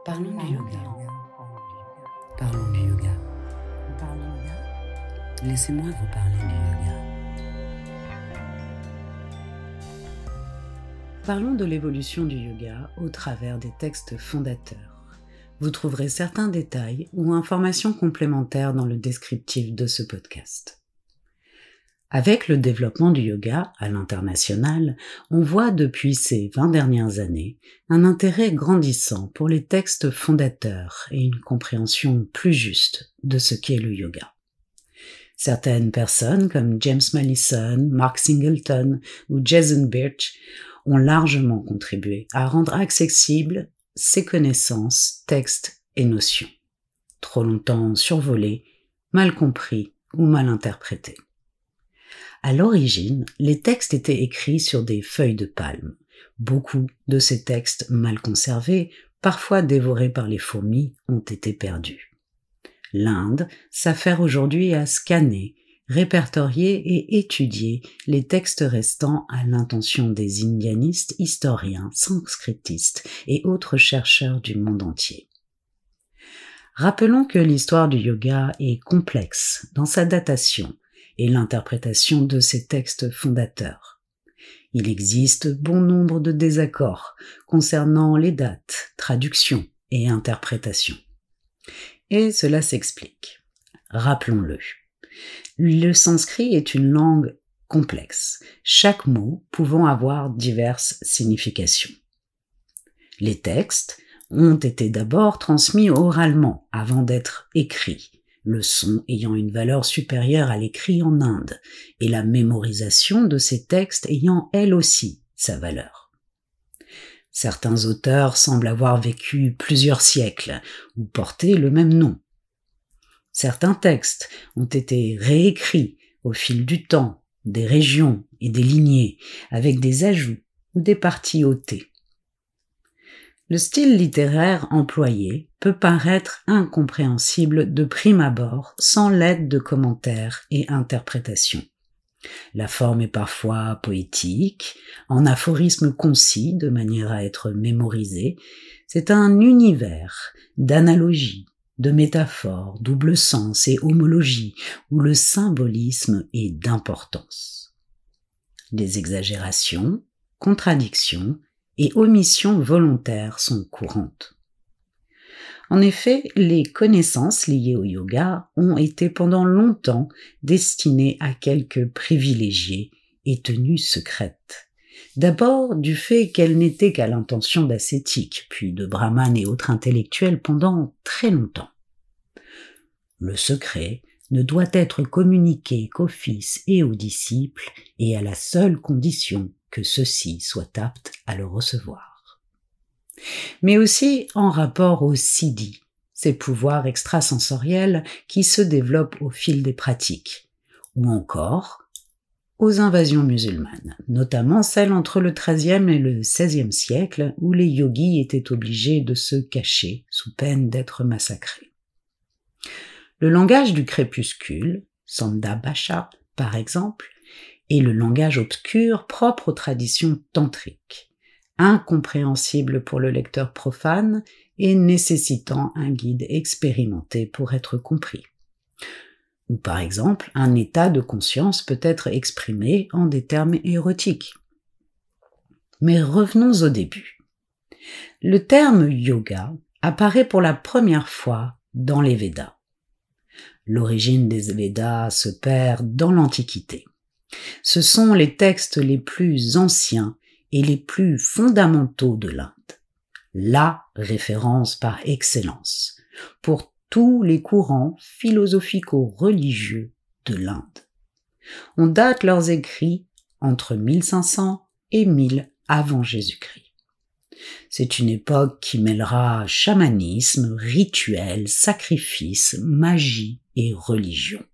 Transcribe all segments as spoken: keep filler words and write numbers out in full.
Parlons du yoga. Parlons du yoga. Laissez-moi vous parler du yoga. Parlons de l'évolution du yoga au travers des textes fondateurs. Vous trouverez certains détails ou informations complémentaires dans le descriptif de ce podcast. Avec le développement du yoga à l'international, on voit depuis ces vingt dernières années un intérêt grandissant pour les textes fondateurs et une compréhension plus juste de ce qu'est le yoga. Certaines personnes comme James Mollison, Mark Singleton ou Jason Birch ont largement contribué à rendre accessibles ces connaissances, textes et notions, trop longtemps survolés, mal compris ou mal interprétés. À l'origine, les textes étaient écrits sur des feuilles de palme. Beaucoup de ces textes mal conservés, parfois dévorés par les fourmis, ont été perdus. L'Inde s'affaire aujourd'hui à scanner, répertorier et étudier les textes restants à l'intention des indianistes, historiens, sanskritistes et autres chercheurs du monde entier. Rappelons que l'histoire du yoga est complexe dans sa datation et l'interprétation de ces textes fondateurs. Il existe bon nombre de désaccords concernant les dates, traductions et interprétations. Et cela s'explique. Rappelons-le. Le sanskrit est une langue complexe, chaque mot pouvant avoir diverses significations. Les textes ont été d'abord transmis oralement avant d'être écrits, le son ayant une valeur supérieure à l'écrit en Inde, et la mémorisation de ces textes ayant elle aussi sa valeur. Certains auteurs semblent avoir vécu plusieurs siècles ou porter le même nom. Certains textes ont été réécrits au fil du temps, des régions et des lignées, avec des ajouts ou des parties ôtées. Le style littéraire employé peut paraître incompréhensible de prime abord sans l'aide de commentaires et interprétations. La forme est parfois poétique, en aphorismes concis de manière à être mémorisé. C'est un univers d'analogies, de métaphores, double sens et homologie où le symbolisme est d'importance. Les exagérations, contradictions et omissions volontaires sont courantes. En effet, les connaissances liées au yoga ont été pendant longtemps destinées à quelques privilégiés et tenues secrètes. D'abord du fait qu'elles n'étaient qu'à l'intention d'ascétiques, puis de brahmanes et autres intellectuels pendant très longtemps. Le secret ne doit être communiqué qu'aux fils et aux disciples et à la seule condition que ceux-ci soient aptes à le recevoir. Mais aussi en rapport au siddhi, ces pouvoirs extrasensoriels qui se développent au fil des pratiques, ou encore aux invasions musulmanes, notamment celles entre le treizième et le seizième siècle où les yogis étaient obligés de se cacher sous peine d'être massacrés. Le langage du crépuscule, Sanda Bhasha par exemple, et le langage obscur propre aux traditions tantriques, incompréhensible pour le lecteur profane et nécessitant un guide expérimenté pour être compris. Ou par exemple, un état de conscience peut être exprimé en des termes érotiques. Mais revenons au début. Le terme yoga apparaît pour la première fois dans les Védas. L'origine des Védas se perd dans l'Antiquité. Ce sont les textes les plus anciens et les plus fondamentaux de l'Inde. La référence par excellence pour tous les courants philosophico-religieux de l'Inde. On date leurs écrits entre mille cinq cents et mille avant Jésus-Christ. C'est une époque qui mêlera chamanisme, rituels, sacrifices, magie et religion.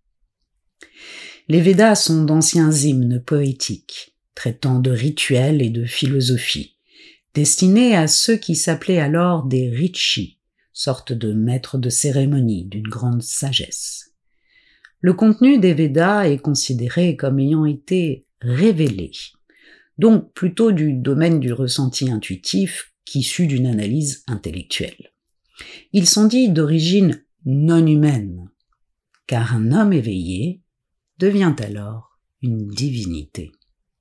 Les Védas sont d'anciens hymnes poétiques, traitant de rituels et de philosophie, destinés à ceux qui s'appelaient alors des rishis, sorte de maîtres de cérémonie d'une grande sagesse. Le contenu des Védas est considéré comme ayant été révélé, donc plutôt du domaine du ressenti intuitif qu'issu d'une analyse intellectuelle. Ils sont dits d'origine non humaine, car un homme éveillé devient alors une divinité.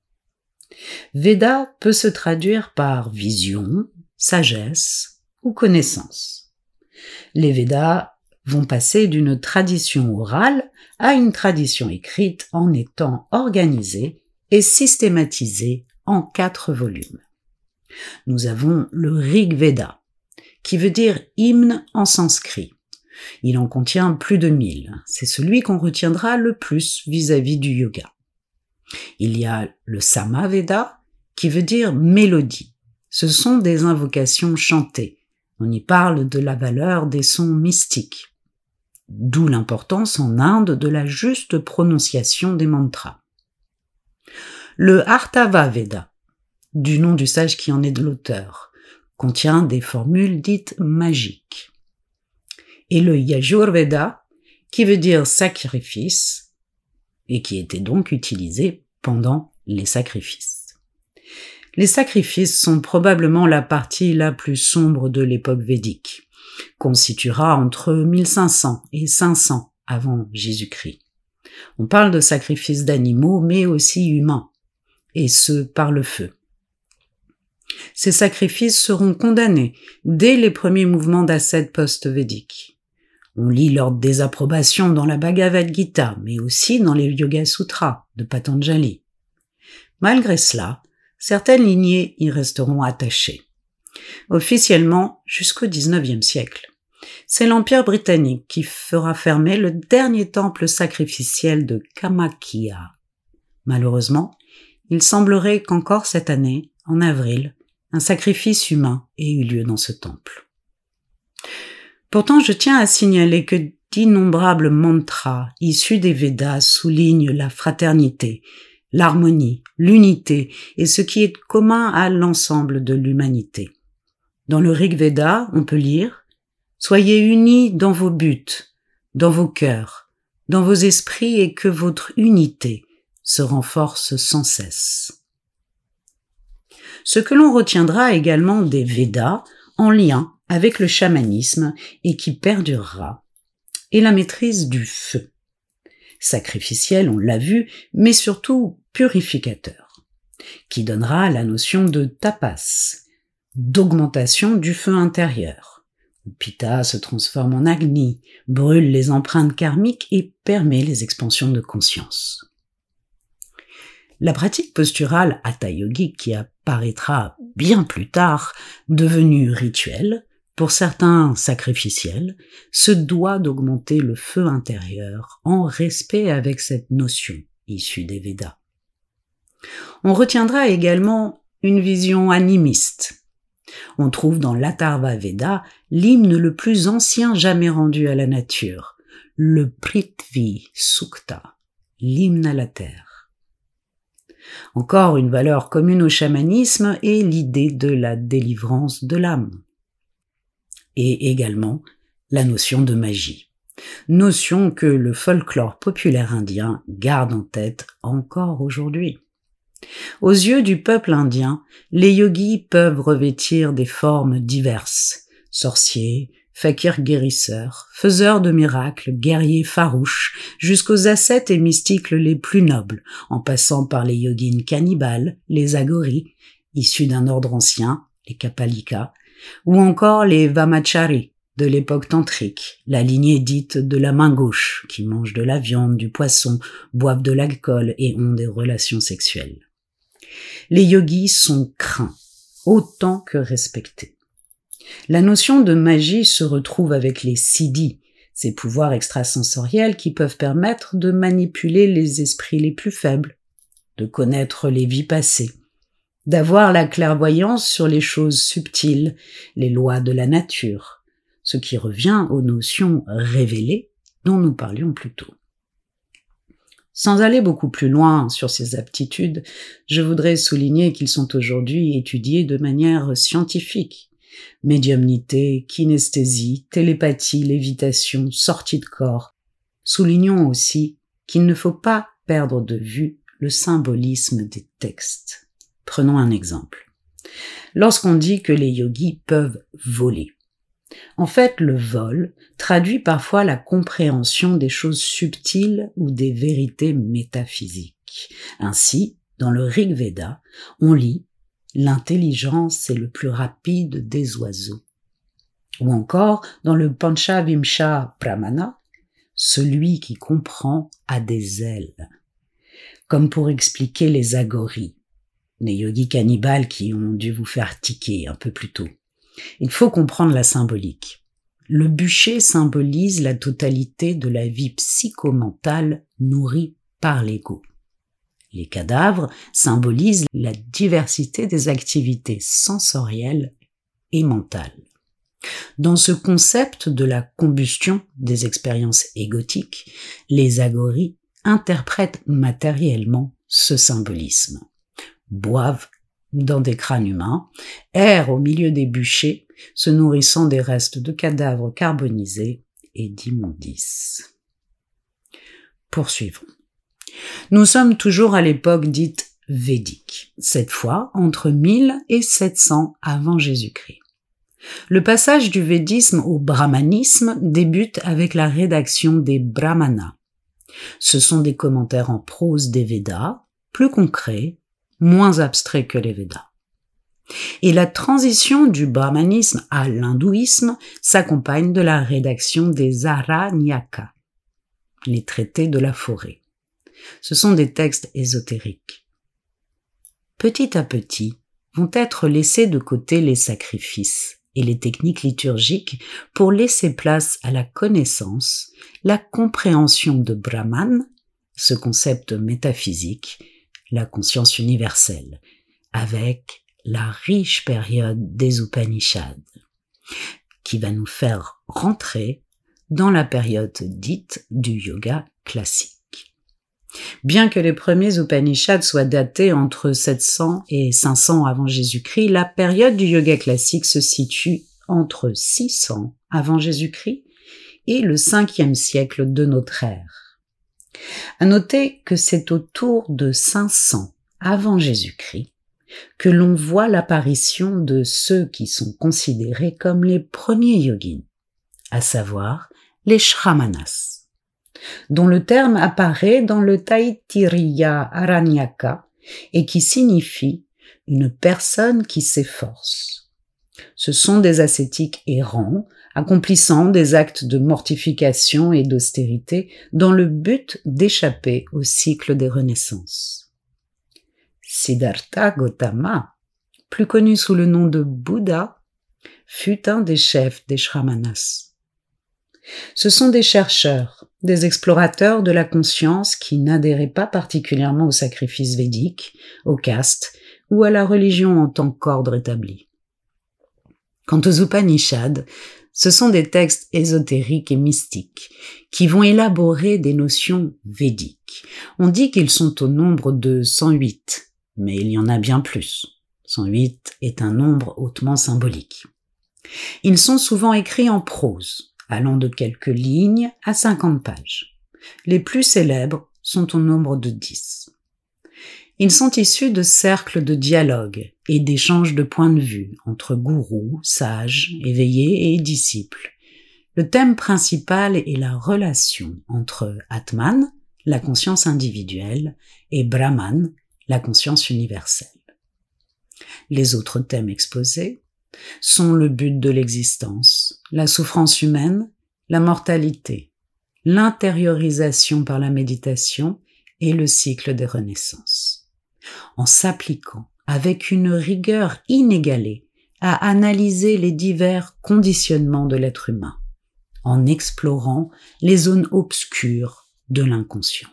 Veda peut se traduire par vision, sagesse ou connaissance. Les Védas vont passer d'une tradition orale à une tradition écrite en étant organisée et systématisée en quatre volumes. Nous avons le Rig Veda, qui veut dire hymne en sanskrit. Il en contient plus de mille. C'est celui qu'on retiendra le plus vis-à-vis du yoga. Il y a le Sama Veda, qui veut dire mélodie. Ce sont des invocations chantées. On y parle de la valeur des sons mystiques. D'où l'importance en Inde de la juste prononciation des mantras. Le Artava Veda, du nom du sage qui en est de l'auteur, contient des formules dites magiques. Et le Yajurveda, qui veut dire sacrifice, et qui était donc utilisé pendant les sacrifices. Les sacrifices sont probablement la partie la plus sombre de l'époque védique, qu'on situera entre mille cinq cents et cinq cents avant Jésus-Christ. On parle de sacrifices d'animaux, mais aussi humains, et ce par le feu. Ces sacrifices seront condamnés dès les premiers mouvements d'ascètes post-védiques. On lit leur désapprobation dans la Bhagavad Gita, mais aussi dans les Yoga Sutras de Patanjali. Malgré cela, certaines lignées y resteront attachées. Officiellement jusqu'au dix-neuvième siècle. C'est l'Empire britannique qui fera fermer le dernier temple sacrificiel de Kamakya. Malheureusement, il semblerait qu'encore cette année, en avril, un sacrifice humain ait eu lieu dans ce temple. Pourtant, je tiens à signaler que d'innombrables mantras issus des Védas soulignent la fraternité, l'harmonie, l'unité et ce qui est commun à l'ensemble de l'humanité. Dans le Rig Veda, on peut lire « Soyez unis dans vos buts, dans vos cœurs, dans vos esprits et que votre unité se renforce sans cesse. » Ce que l'on retiendra également des Védas en lien avec le chamanisme et qui perdurera est la maîtrise du feu. Sacrificiel, on l'a vu, mais surtout purificateur, qui donnera la notion de tapas, d'augmentation du feu intérieur. Pitta se transforme en Agni, brûle les empreintes karmiques et permet les expansions de conscience. La pratique posturale hatha yogique qui apparaîtra bien plus tard, devenue rituelle, pour certains sacrificiels, se doit d'augmenter le feu intérieur en respect avec cette notion issue des Védas. On retiendra également une vision animiste. On trouve dans l'Atharva Veda l'hymne le plus ancien jamais rendu à la nature, le Prithvi Sukta, l'hymne à la terre. Encore une valeur commune au chamanisme est l'idée de la délivrance de l'âme. Et également la notion de magie, notion que le folklore populaire indien garde en tête encore aujourd'hui. Aux yeux du peuple indien, les yogis peuvent revêtir des formes diverses, sorciers, fakirs guérisseurs, faiseurs de miracles, guerriers farouches, jusqu'aux ascètes et mystiques les plus nobles, en passant par les yogines cannibales, les agoris, issus d'un ordre ancien, les kapalikas, ou encore les Vamachari de l'époque tantrique, la lignée dite de la main gauche, qui mangent de la viande, du poisson, boivent de l'alcool et ont des relations sexuelles. Les yogis sont craints, autant que respectés. La notion de magie se retrouve avec les siddhis, ces pouvoirs extrasensoriels qui peuvent permettre de manipuler les esprits les plus faibles, de connaître les vies passées, d'avoir la clairvoyance sur les choses subtiles, les lois de la nature, ce qui revient aux notions révélées dont nous parlions plus tôt. Sans aller beaucoup plus loin sur ces aptitudes, je voudrais souligner qu'ils sont aujourd'hui étudiés de manière scientifique. Médiumnité, kinesthésie, télépathie, lévitation, sortie de corps. Soulignons aussi qu'il ne faut pas perdre de vue le symbolisme des textes. Prenons un exemple. Lorsqu'on dit que les yogis peuvent voler, En fait, le vol traduit parfois la compréhension des choses subtiles ou des vérités métaphysiques. Ainsi, dans le Rig Veda, on lit « L'intelligence est le plus rapide des oiseaux ». Ou encore, dans le Panchavimsha Pramana, « Celui qui comprend a des ailes », comme pour expliquer les agoris, les yogis cannibales qui ont dû vous faire tiquer un peu plus tôt. Il faut comprendre la symbolique. Le bûcher symbolise la totalité de la vie psychomentale nourrie par l'ego. Les cadavres symbolisent la diversité des activités sensorielles et mentales. Dans ce concept de la combustion des expériences égotiques, les agoris interprètent matériellement ce symbolisme. Boivent dans des crânes humains, errent au milieu des bûchers, se nourrissant des restes de cadavres carbonisés et d'immondices. Poursuivons. Nous sommes toujours à l'époque dite védique, cette fois entre mille et sept cents avant Jésus-Christ. Le passage du védisme au brahmanisme débute avec la rédaction des brahmanas. Ce sont des commentaires en prose des Védas, plus concrets, moins abstraits que les Védas. Et la transition du brahmanisme à l'hindouisme s'accompagne de la rédaction des Aranyaka, les traités de la forêt. Ce sont des textes ésotériques. Petit à petit, vont être laissés de côté les sacrifices et les techniques liturgiques pour laisser place à la connaissance, la compréhension de Brahman, ce concept métaphysique, la conscience universelle, avec la riche période des Upanishads, qui va nous faire rentrer dans la période dite du yoga classique. Bien que les premiers Upanishads soient datés entre sept cents et cinq cents avant Jésus-Christ, la période du yoga classique se situe entre six cents avant Jésus-Christ et le cinquième siècle de notre ère. À noter que c'est autour de cinq cents avant Jésus-Christ que l'on voit l'apparition de ceux qui sont considérés comme les premiers yogins, à savoir les Shramanas, dont le terme apparaît dans le Taittiriya Aranyaka et qui signifie une personne qui s'efforce. Ce sont des ascétiques errants, accomplissant des actes de mortification et d'austérité dans le but d'échapper au cycle des renaissances. Siddhartha Gautama, plus connu sous le nom de Bouddha, fut un des chefs des Shramanas. Ce sont des chercheurs, des explorateurs de la conscience qui n'adhéraient pas particulièrement au sacrifice védique, aux castes ou à la religion en tant qu'ordre établi. Quant aux Upanishads, ce sont des textes ésotériques et mystiques qui vont élaborer des notions védiques. On dit qu'ils sont au nombre de cent huit, mais il y en a bien plus. cent huit est un nombre hautement symbolique. Ils sont souvent écrits en prose, allant de quelques lignes à cinquante pages. Les plus célèbres sont au nombre de dix. Ils sont issus de cercles de dialogue et d'échanges de points de vue entre gourous, sages, éveillés et disciples. Le thème principal est la relation entre Atman, la conscience individuelle, et Brahman, la conscience universelle. Les autres thèmes exposés sont le but de l'existence, la souffrance humaine, la mortalité, l'intériorisation par la méditation et le cycle des renaissances. En s'appliquant avec une rigueur inégalée à analyser les divers conditionnements de l'être humain, en explorant les zones obscures de l'inconscient.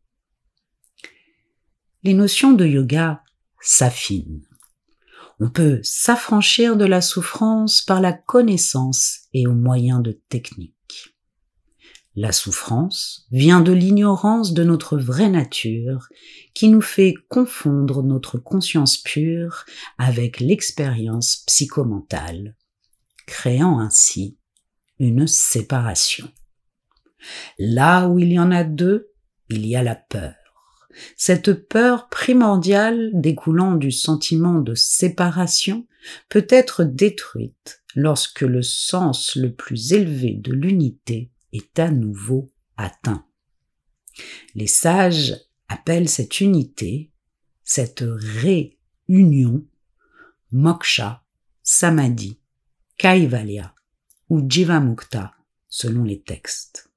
Les notions de yoga s'affinent. On peut s'affranchir de la souffrance par la connaissance et au moyen de techniques. La souffrance vient de l'ignorance de notre vraie nature qui nous fait confondre notre conscience pure avec l'expérience psychomentale, créant ainsi une séparation. Là où il y en a deux, il y a la peur. Cette peur primordiale découlant du sentiment de séparation peut être détruite lorsque le sens le plus élevé de l'unité est à nouveau atteint. Les sages appellent cette unité, cette réunion, moksha, samadhi, kaivalya ou jivamukta selon les textes.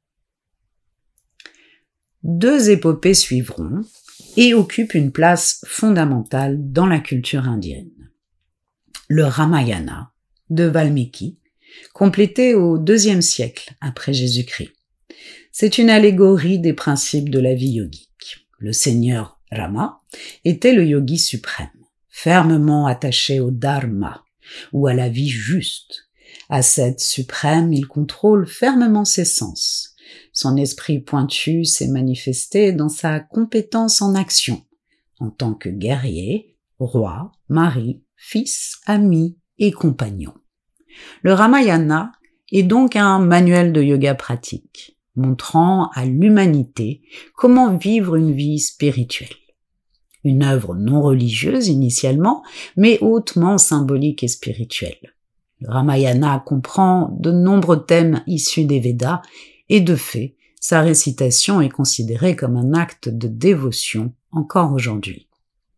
Deux épopées suivront et occupent une place fondamentale dans la culture indienne. Le Ramayana de Valmiki, complété au deuxième siècle après Jésus-Christ. C'est une allégorie des principes de la vie yogique. Le seigneur Rama était le yogi suprême, fermement attaché au dharma, ou à la vie juste. Ascète suprême, il contrôle fermement ses sens. Son esprit pointu s'est manifesté dans sa compétence en action, en tant que guerrier, roi, mari, fils, ami et compagnon. Le Ramayana est donc un manuel de yoga pratique, montrant à l'humanité comment vivre une vie spirituelle. Une œuvre non religieuse initialement, mais hautement symbolique et spirituelle. Le Ramayana comprend de nombreux thèmes issus des Védas et de fait, sa récitation est considérée comme un acte de dévotion encore aujourd'hui.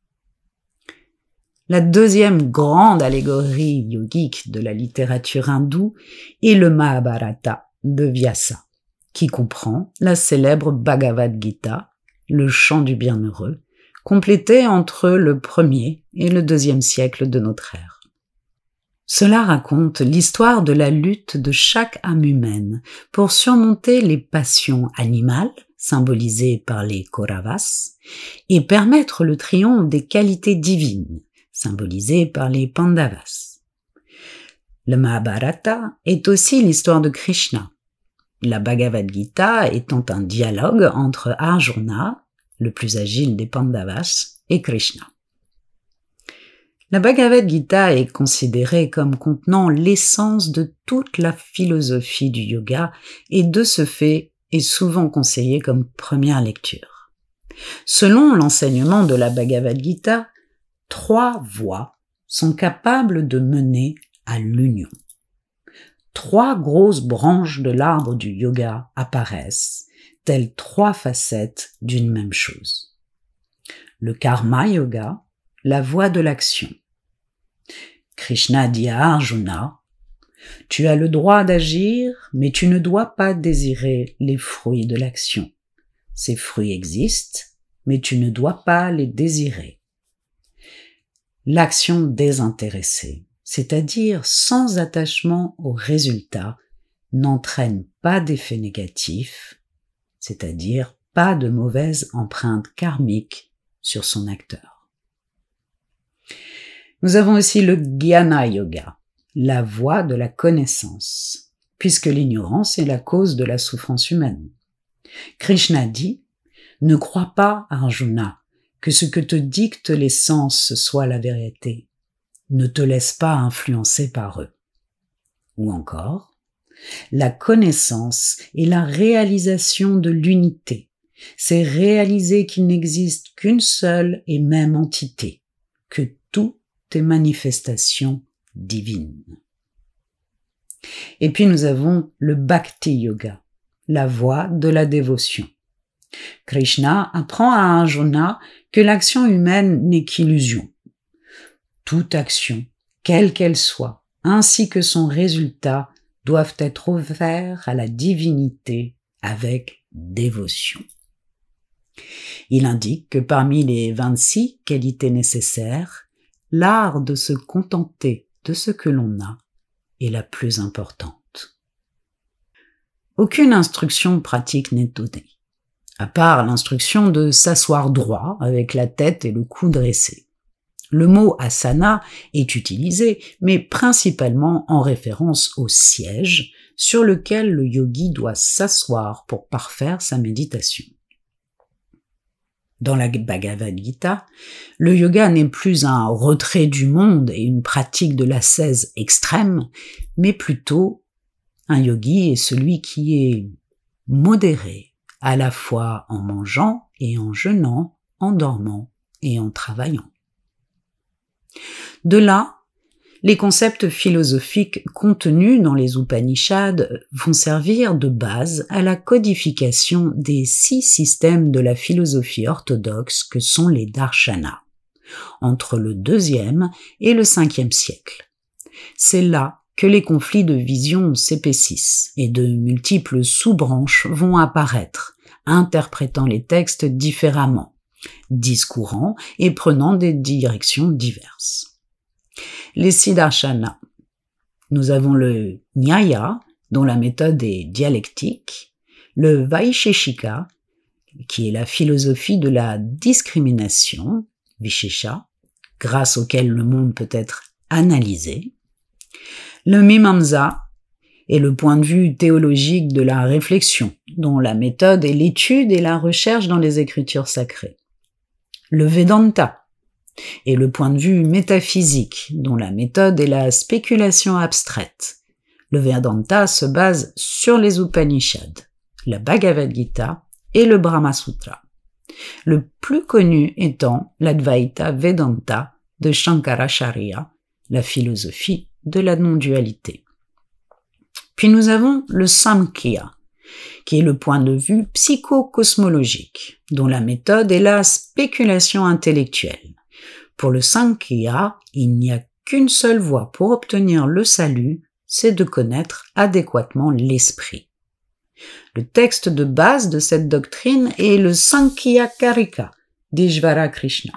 La deuxième grande allégorie yogique de la littérature hindoue est le Mahabharata de Vyasa, qui comprend la célèbre Bhagavad Gita, le chant du bienheureux, complété entre le premier et le deuxième siècle de notre ère. Cela raconte l'histoire de la lutte de chaque âme humaine pour surmonter les passions animales, symbolisées par les Kauravas, et permettre le triomphe des qualités divines, symbolisées par les Pandavas. Le Mahabharata est aussi l'histoire de Krishna, la Bhagavad Gita étant un dialogue entre Arjuna, le plus agile des Pandavas, et Krishna. La Bhagavad Gita est considérée comme contenant l'essence de toute la philosophie du yoga et de ce fait est souvent conseillée comme première lecture. Selon l'enseignement de la Bhagavad Gita, trois voies sont capables de mener à l'union. Trois grosses branches de l'arbre du yoga apparaissent, telles trois facettes d'une même chose. Le karma yoga, la voie de l'action. Krishna dit à Arjuna, « Tu as le droit d'agir, mais tu ne dois pas désirer les fruits de l'action. Ces fruits existent, mais tu ne dois pas les désirer. » L'action désintéressée, c'est-à-dire sans attachement au résultat, n'entraîne pas d'effet négatif, c'est-à-dire pas de mauvaise empreinte karmique sur son acteur. Nous avons aussi le Jnana Yoga, la voie de la connaissance, puisque l'ignorance est la cause de la souffrance humaine. Krishna dit « Ne crois pas, Arjuna, que ce que te dictent les sens soit la vérité. Ne te laisse pas influencer par eux. » Ou encore « La connaissance est la réalisation de l'unité. C'est réaliser qu'il n'existe qu'une seule et même entité, que tout est manifestation divine. » Et puis nous avons le Bhakti Yoga, la voie de la dévotion. Krishna apprend à Arjuna que l'action humaine n'est qu'illusion. Toute action, quelle qu'elle soit, ainsi que son résultat, doivent être offerts à la divinité avec dévotion. Il indique que parmi les vingt-six qualités nécessaires, l'art de se contenter de ce que l'on a est la plus importante. Aucune instruction pratique n'est donnée, à part l'instruction de s'asseoir droit avec la tête et le cou dressés. Le mot asana est utilisé, mais principalement en référence au siège sur lequel le yogi doit s'asseoir pour parfaire sa méditation. Dans la Bhagavad Gita, le yoga n'est plus un retrait du monde et une pratique de l'ascèse extrême, mais plutôt un yogi est celui qui est modéré, à la fois en mangeant et en jeûnant, en dormant et en travaillant. De là, Les concepts philosophiques contenus dans les Upanishads vont servir de base à la codification des six systèmes de la philosophie orthodoxe que sont les darshanas, entre le deuxième et le cinquième siècle. C'est là que les conflits de vision s'épaississent et de multiples sous-branches vont apparaître, interprétant les textes différemment, discourant et prenant des directions diverses. Les six darshanas. Nous avons le Nyaya, dont la méthode est dialectique, le Vaisheshika, qui est la philosophie de la discrimination, Vishesha, grâce auquel le monde peut être analysé, le Mimamsa est le point de vue théologique de la réflexion, dont la méthode est l'étude et la recherche dans les écritures sacrées, le Vedanta, et le point de vue métaphysique, dont la méthode est la spéculation abstraite. Le Vedanta se base sur les Upanishads, la Bhagavad Gita et le Brahma Sutra. Le plus connu étant l'Advaita Vedanta de Shankaracharya, la philosophie de la non-dualité. Puis nous avons le Samkhya, qui est le point de vue psycho-cosmologique, dont la méthode est la spéculation intellectuelle. Pour le Samkhya, il n'y a qu'une seule voie pour obtenir le salut, c'est de connaître adéquatement l'esprit. Le texte de base de cette doctrine est le Sankhya Karika d'Ishvara Krishna.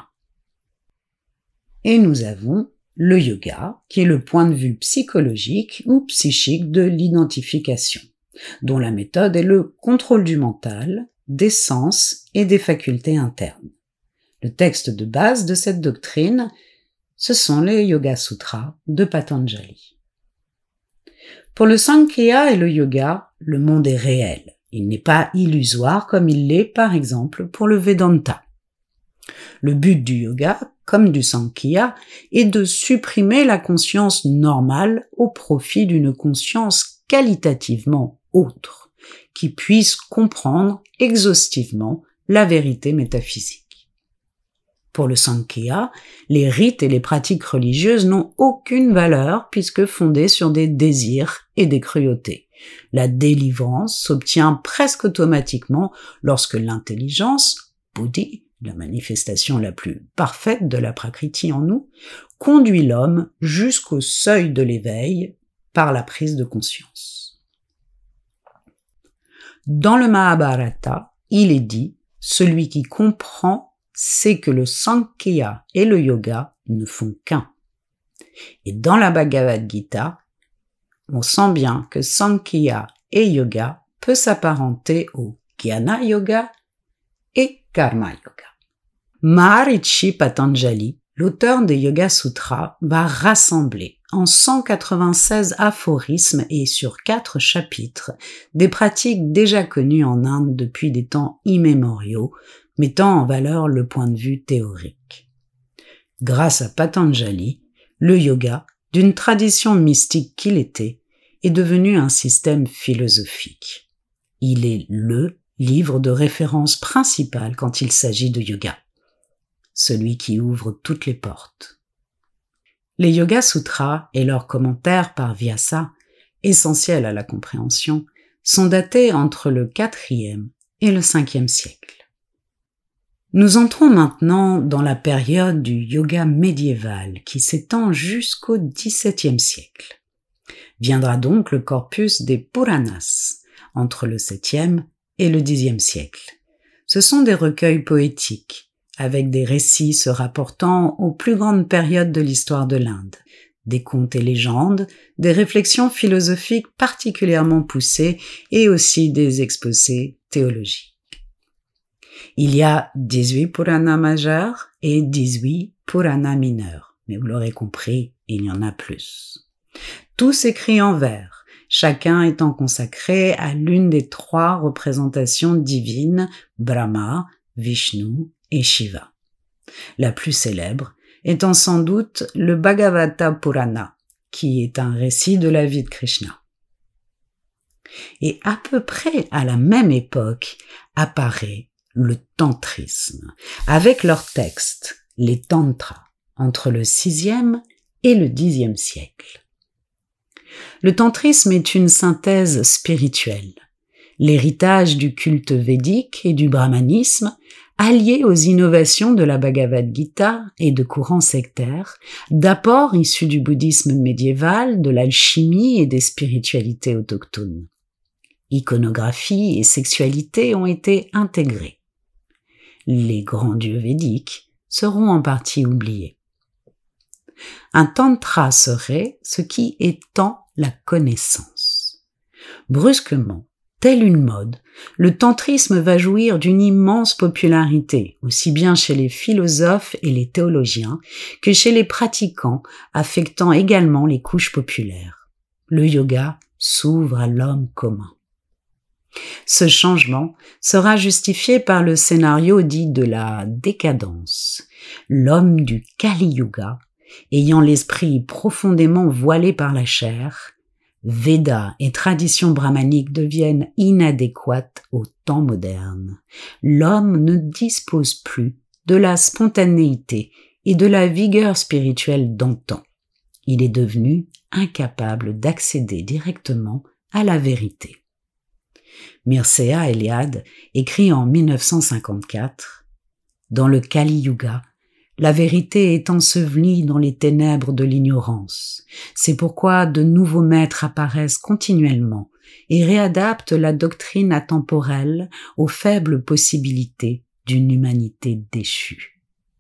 Et nous avons le yoga, qui est le point de vue psychologique ou psychique de l'identification, dont la méthode est le contrôle du mental, des sens et des facultés internes. Le texte de base de cette doctrine, ce sont les Yoga Sutras de Patanjali. Pour le Sankhya et le yoga, le monde est réel. Il n'est pas illusoire comme il l'est par exemple pour le Vedanta. Le but du yoga, comme du Sankhya, est de supprimer la conscience normale au profit d'une conscience qualitativement autre, qui puisse comprendre exhaustivement la vérité métaphysique. Pour le Sankhya, les rites et les pratiques religieuses n'ont aucune valeur puisque fondées sur des désirs et des cruautés. La délivrance s'obtient presque automatiquement lorsque l'intelligence, buddhi, la manifestation la plus parfaite de la prakriti en nous, conduit l'homme jusqu'au seuil de l'éveil par la prise de conscience. Dans le Mahabharata, il est dit « Celui qui comprend c'est que le Sankhya et le yoga ne font qu'un. » Et dans la Bhagavad Gita, on sent bien que Sankhya et yoga peut s'apparenter au Jnana Yoga et Karma Yoga. Maharishi Patanjali, l'auteur des Yoga Sutras, va rassembler en cent quatre-vingt-seize aphorismes et sur quatre chapitres des pratiques déjà connues en Inde depuis des temps immémoriaux, mettant en valeur le point de vue théorique. Grâce à Patanjali, le yoga, d'une tradition mystique qu'il était, est devenu un système philosophique. Il est le livre de référence principal quand il s'agit de yoga, celui qui ouvre toutes les portes. Les Yoga Sutras et leurs commentaires par Vyasa, essentiels à la compréhension, sont datés entre le quatrième et le cinquième siècle. Nous entrons maintenant dans la période du yoga médiéval qui s'étend jusqu'au dix-septième siècle. Viendra donc le corpus des Puranas, entre le septième et le dixième siècle. Ce sont des recueils poétiques, avec des récits se rapportant aux plus grandes périodes de l'histoire de l'Inde, des contes et légendes, des réflexions philosophiques particulièrement poussées et aussi des exposés théologiques. Il y a dix-huit Puranas majeurs et dix-huit Puranas mineurs, mais vous l'aurez compris, il y en a plus. Tous écrits en vers, chacun étant consacré à l'une des trois représentations divines, Brahma, Vishnu et Shiva. La plus célèbre étant sans doute le Bhagavata Purana, qui est un récit de la vie de Krishna. Et à peu près à la même époque apparaît le tantrisme, avec leurs textes, les tantras, entre le sixième et le dixième siècle. Le tantrisme est une synthèse spirituelle, l'héritage du culte védique et du brahmanisme, allié aux innovations de la Bhagavad Gita et de courants sectaires, d'apports issus du bouddhisme médiéval, de l'alchimie et des spiritualités autochtones. Iconographie et sexualité ont été intégrés. Les grands dieux védiques seront en partie oubliés. Un tantra serait ce qui étend la connaissance. Brusquement, telle une mode, le tantrisme va jouir d'une immense popularité, aussi bien chez les philosophes et les théologiens que chez les pratiquants, affectant également les couches populaires. Le yoga s'ouvre à l'homme commun. Ce changement sera justifié par le scénario dit de la décadence. L'homme du Kali Yuga, ayant l'esprit profondément voilé par la chair, Védas et traditions brahmaniques deviennent inadéquates au temps moderne. L'homme ne dispose plus de la spontanéité et de la vigueur spirituelle d'antan. Il est devenu incapable d'accéder directement à la vérité. Mircea Eliade écrit en mille neuf cent cinquante-quatre « Dans le Kali Yuga, la vérité est ensevelie dans les ténèbres de l'ignorance. C'est pourquoi de nouveaux maîtres apparaissent continuellement et réadaptent la doctrine atemporelle aux faibles possibilités d'une humanité déchue. »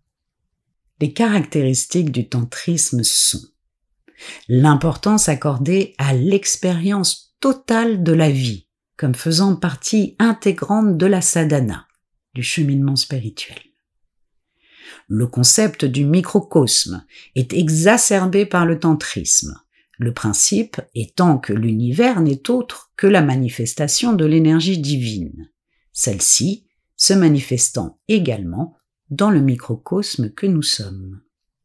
Les caractéristiques du tantrisme sont l'importance accordée à l'expérience totale de la vie, comme faisant partie intégrante de la sadhana, du cheminement spirituel. Le concept du microcosme est exacerbé par le tantrisme, le principe étant que l'univers n'est autre que la manifestation de l'énergie divine, celle-ci se manifestant également dans le microcosme que nous sommes.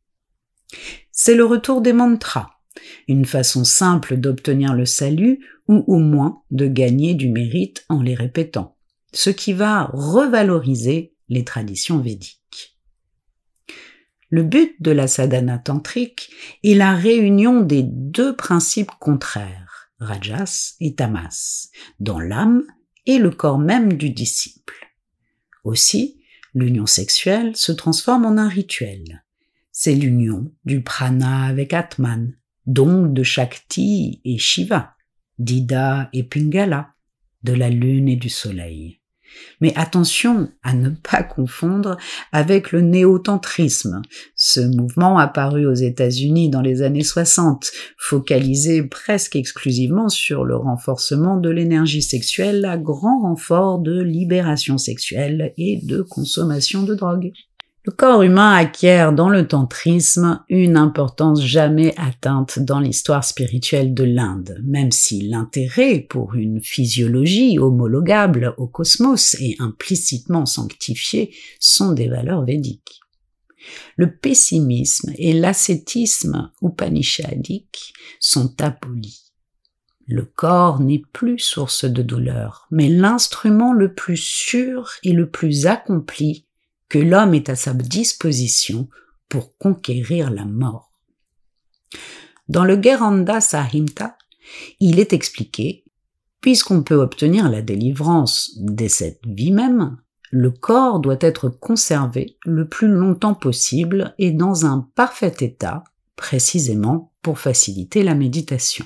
C'est le retour des mantras, une façon simple d'obtenir le salut ou au moins de gagner du mérite en les répétant, ce qui va revaloriser les traditions védiques. Le but de la sadhana tantrique est la réunion des deux principes contraires, rajas et tamas, dans l'âme et le corps même du disciple. Aussi, l'union sexuelle se transforme en un rituel. C'est l'union du prana avec Atman, donc de Shakti et Shiva, d'Ida et Pingala, de la lune et du soleil. Mais attention à ne pas confondre avec le néo-tantrisme, ce mouvement apparu aux États-Unis dans les années soixante, focalisé presque exclusivement sur le renforcement de l'énergie sexuelle à grand renfort de libération sexuelle et de consommation de drogue. Le corps humain acquiert dans le tantrisme une importance jamais atteinte dans l'histoire spirituelle de l'Inde, même si l'intérêt pour une physiologie homologable au cosmos et implicitement sanctifiée sont des valeurs védiques. Le pessimisme et l'ascétisme upanishadique sont abolis. Le corps n'est plus source de douleur, mais l'instrument le plus sûr et le plus accompli que l'homme est à sa disposition pour conquérir la mort. Dans le Gheranda Samhita, il est expliqué, puisqu'on peut obtenir la délivrance dès cette vie même, le corps doit être conservé le plus longtemps possible et dans un parfait état, précisément pour faciliter la méditation.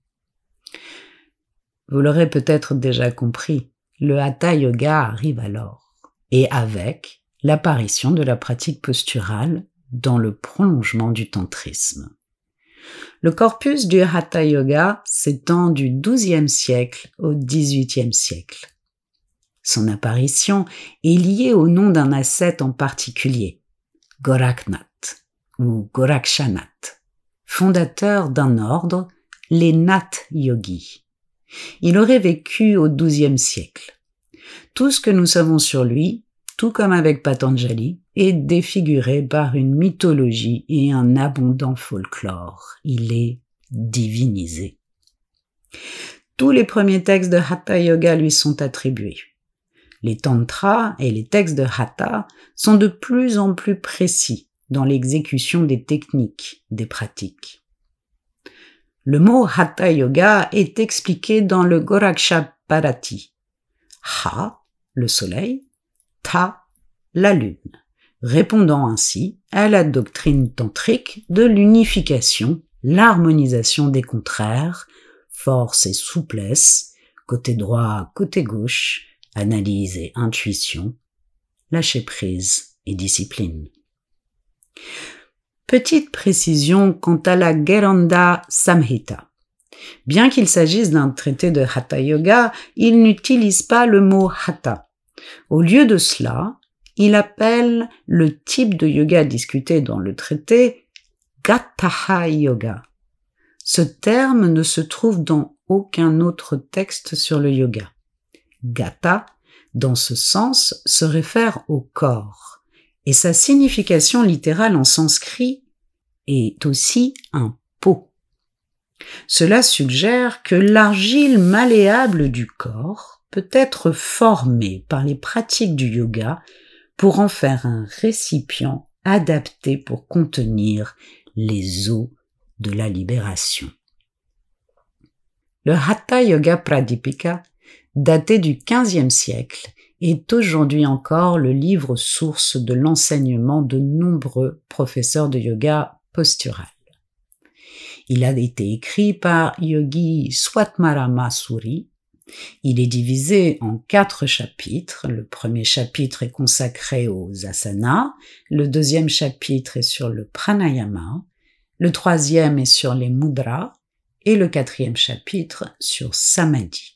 Vous l'aurez peut-être déjà compris, le Hatha Yoga arrive alors, et avec l'apparition de la pratique posturale dans le prolongement du tantrisme. Le corpus du Hatha Yoga s'étend du douzième siècle au dix-huitième siècle. Son apparition est liée au nom d'un ascète en particulier, Goraknath ou Gorakshanath, fondateur d'un ordre, les Nath Yogis. Il aurait vécu au douzième siècle. Tout ce que nous savons sur lui, tout comme avec Patanjali, est défiguré par une mythologie et un abondant folklore. Il est divinisé. Tous les premiers textes de Hatha Yoga lui sont attribués. Les tantras et les textes de Hatha sont de plus en plus précis, dans l'exécution des techniques, des pratiques. Le mot Hatha Yoga est expliqué dans le Gorakshaparati. Ha, le soleil, Ta, la lune, répondant ainsi à la doctrine tantrique de l'unification, l'harmonisation des contraires, force et souplesse, côté droit, côté gauche, analyse et intuition, lâcher prise et discipline. Petite précision quant à la Gheranda Samhita. Bien qu'il s'agisse d'un traité de Hatha Yoga, il n'utilise pas le mot Hatha. Au lieu de cela, il appelle le type de yoga discuté dans le traité Gataha Yoga. Ce terme ne se trouve dans aucun autre texte sur le yoga. Gata, dans ce sens, se réfère au corps, et sa signification littérale en sanskrit est aussi un pot. Cela suggère que l'argile malléable du corps peut être formée par les pratiques du yoga pour en faire un récipient adapté pour contenir les eaux de la libération. Le Hatha Yoga Pradipika, daté du quinzième siècle, est aujourd'hui encore le livre source de l'enseignement de nombreux professeurs de yoga postural. Il a été écrit par Yogi Swatmarama Suri. Il est divisé en quatre chapitres. Le premier chapitre est consacré aux asanas, le deuxième chapitre est sur le pranayama, le troisième est sur les mudras et le quatrième chapitre sur samadhi.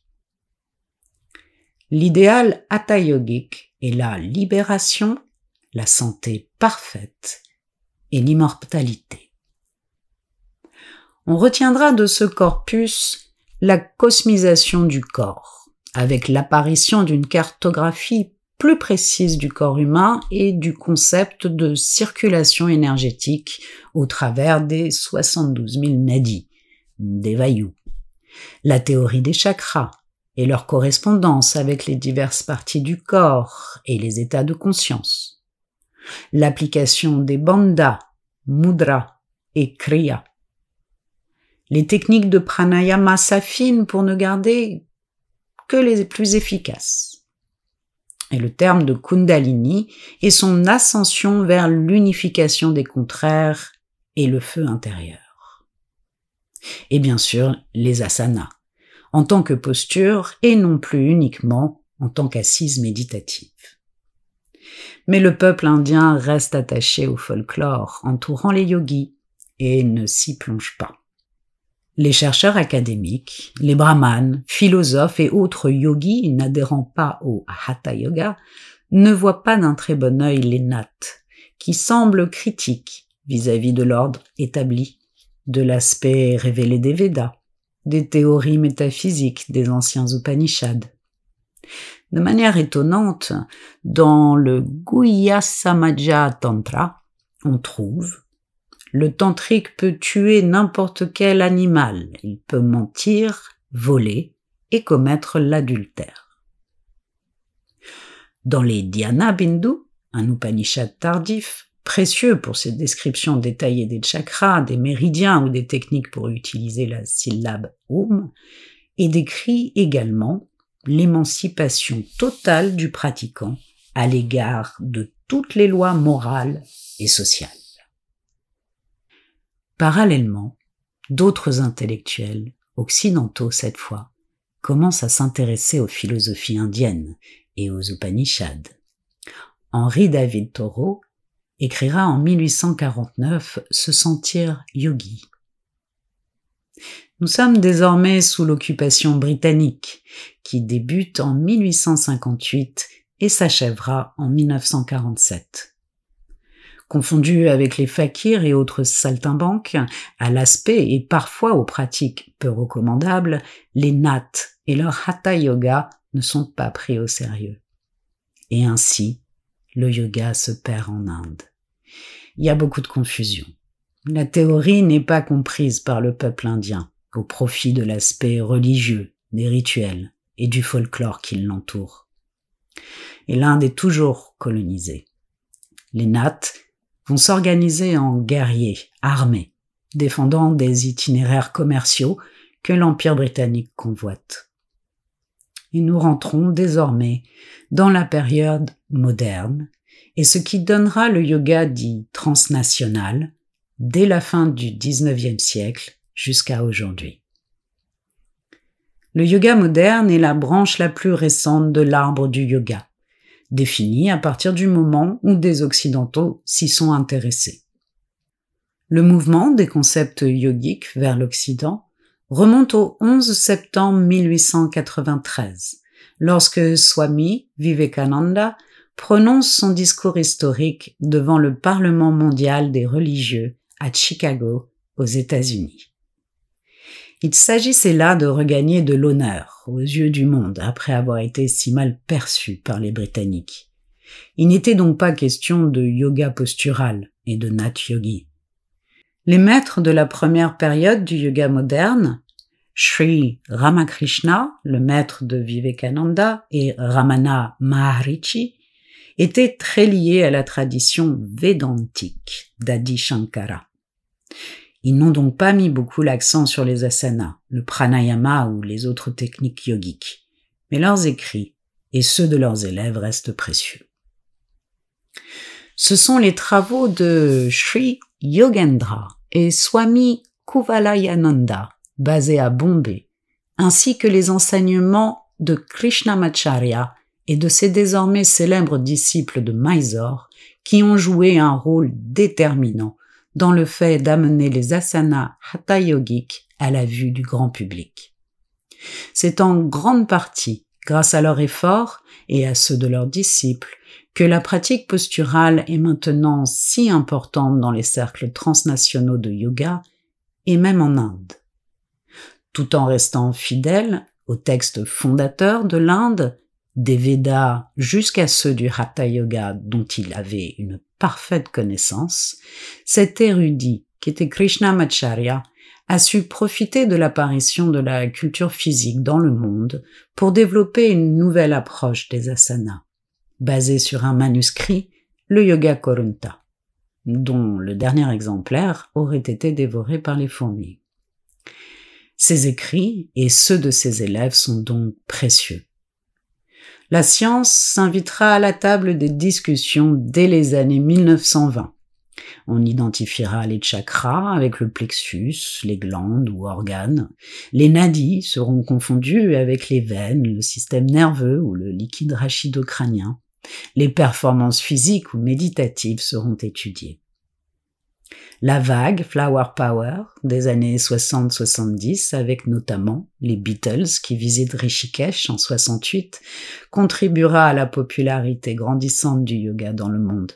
L'idéal hatha yogique est la libération, la santé parfaite et l'immortalité. On retiendra de ce corpus la cosmisation du corps, avec l'apparition d'une cartographie plus précise du corps humain et du concept de circulation énergétique au travers des soixante-douze mille nadis, des vayus, la théorie des chakras et leur correspondance avec les diverses parties du corps et les états de conscience, l'application des bandhas, mudras et kriya. Les techniques de pranayama s'affinent pour ne garder que les plus efficaces. Et le terme de kundalini est son ascension vers l'unification des contraires et le feu intérieur. Et bien sûr, les asanas, en tant que posture et non plus uniquement en tant qu'assise méditative. Mais le peuple indien reste attaché au folklore entourant les yogis et ne s'y plonge pas. Les chercheurs académiques, les brahmanes, philosophes et autres yogis n'adhérant pas au Hatha Yoga ne voient pas d'un très bon œil les naths, qui semblent critiques vis-à-vis de l'ordre établi, de l'aspect révélé des Védas, des théories métaphysiques des anciens Upanishads. De manière étonnante, dans le Guhya Samaja Tantra, on trouve le tantrique peut tuer n'importe quel animal, il peut mentir, voler et commettre l'adultère. Dans les Dhyana Bindu, un Upanishad tardif, précieux pour ses descriptions détaillées des chakras, des méridiens ou des techniques pour utiliser la syllabe Om, est décrit également l'émancipation totale du pratiquant à l'égard de toutes les lois morales et sociales. Parallèlement, d'autres intellectuels, occidentaux cette fois, commencent à s'intéresser aux philosophies indiennes et aux Upanishads. Henry David Thoreau écrira en mille huit cent quarante-neuf « Se sentir yogi ». Nous sommes désormais sous l'occupation britannique, qui débute en mille huit cent cinquante-huit et s'achèvera en mille neuf cent quarante-sept. Confondus avec les fakirs et autres saltimbanques, à l'aspect et parfois aux pratiques peu recommandables, les naths et leur hatha yoga ne sont pas pris au sérieux. Et ainsi, le yoga se perd en Inde. Il y a beaucoup de confusion. La théorie n'est pas comprise par le peuple indien, au profit de l'aspect religieux, des rituels et du folklore qui l'entoure. Et l'Inde est toujours colonisée. Les naths vont s'organiser en guerriers armés, défendant des itinéraires commerciaux que l'Empire britannique convoite. Et nous rentrons désormais dans la période moderne et ce qui donnera le yoga dit transnational dès la fin du dix-neuvième siècle jusqu'à aujourd'hui. Le yoga moderne est la branche la plus récente de l'arbre du yoga, définie à partir du moment où des Occidentaux s'y sont intéressés. Le mouvement des concepts yogiques vers l'Occident remonte au onze septembre mille huit cent quatre-vingt-treize, lorsque Swami Vivekananda prononce son discours historique devant le Parlement mondial des religieux à Chicago, aux États-Unis. Il s'agissait là de regagner de l'honneur aux yeux du monde après avoir été si mal perçu par les Britanniques. Il n'était donc pas question de yoga postural et de Nat Yogi. Les maîtres de la première période du yoga moderne, Sri Ramakrishna, le maître de Vivekananda, et Ramana Maharishi, étaient très liés à la tradition védantique d'Adi Shankara. Ils n'ont donc pas mis beaucoup l'accent sur les asanas, le pranayama ou les autres techniques yogiques, mais leurs écrits et ceux de leurs élèves restent précieux. Ce sont les travaux de Sri Yogendra et Swami Kuvalayananda, basés à Bombay, ainsi que les enseignements de Krishnamacharya et de ses désormais célèbres disciples de Mysore, qui ont joué un rôle déterminant dans le fait d'amener les asanas hatha yogiques à la vue du grand public. C'est en grande partie grâce à leurs efforts et à ceux de leurs disciples que la pratique posturale est maintenant si importante dans les cercles transnationaux de yoga et même en Inde. Tout en restant fidèle aux textes fondateurs de l'Inde, des Védas jusqu'à ceux du Hatha Yoga dont il avait une parfaite connaissance, cet érudit, qui était Krishnamacharya, a su profiter de l'apparition de la culture physique dans le monde pour développer une nouvelle approche des asanas, basée sur un manuscrit, le Yoga Korunta, dont le dernier exemplaire aurait été dévoré par les fourmis. Ses écrits et ceux de ses élèves sont donc précieux. La science s'invitera à la table des discussions dès les années mille neuf cent vingt. On identifiera les chakras avec le plexus, les glandes ou organes. Les nadis seront confondus avec les veines, le système nerveux ou le liquide rachidocrânien. Les performances physiques ou méditatives seront étudiées. La vague Flower Power des années soixante soixante-dix, avec notamment les Beatles qui visitent Rishikesh en soixante-huit, contribuera à la popularité grandissante du yoga dans le monde.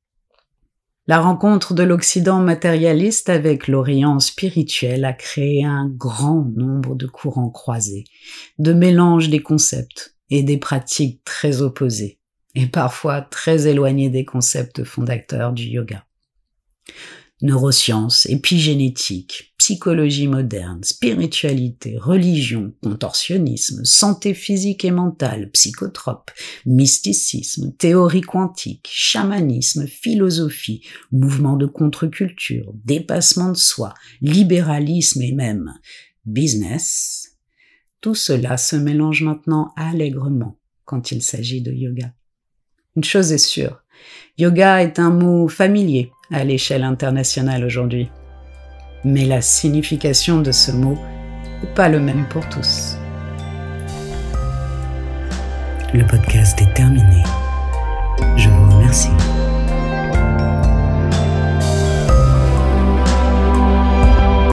La rencontre de l'Occident matérialiste avec l'Orient spirituel a créé un grand nombre de courants croisés, de mélange des concepts et des pratiques très opposées, et parfois très éloignées des concepts fondateurs du yoga. Neurosciences, épigénétique, psychologie moderne, spiritualité, religion, contorsionnisme, santé physique et mentale, psychotrope, mysticisme, théorie quantique, chamanisme, philosophie, mouvement de contre-culture, dépassement de soi, libéralisme et même business, tout cela se mélange maintenant allègrement quand il s'agit de yoga. Une chose est sûre, yoga est un mot familier à l'échelle internationale aujourd'hui. Mais la signification de ce mot n'est pas le même pour tous. Le podcast est terminé. Je vous remercie.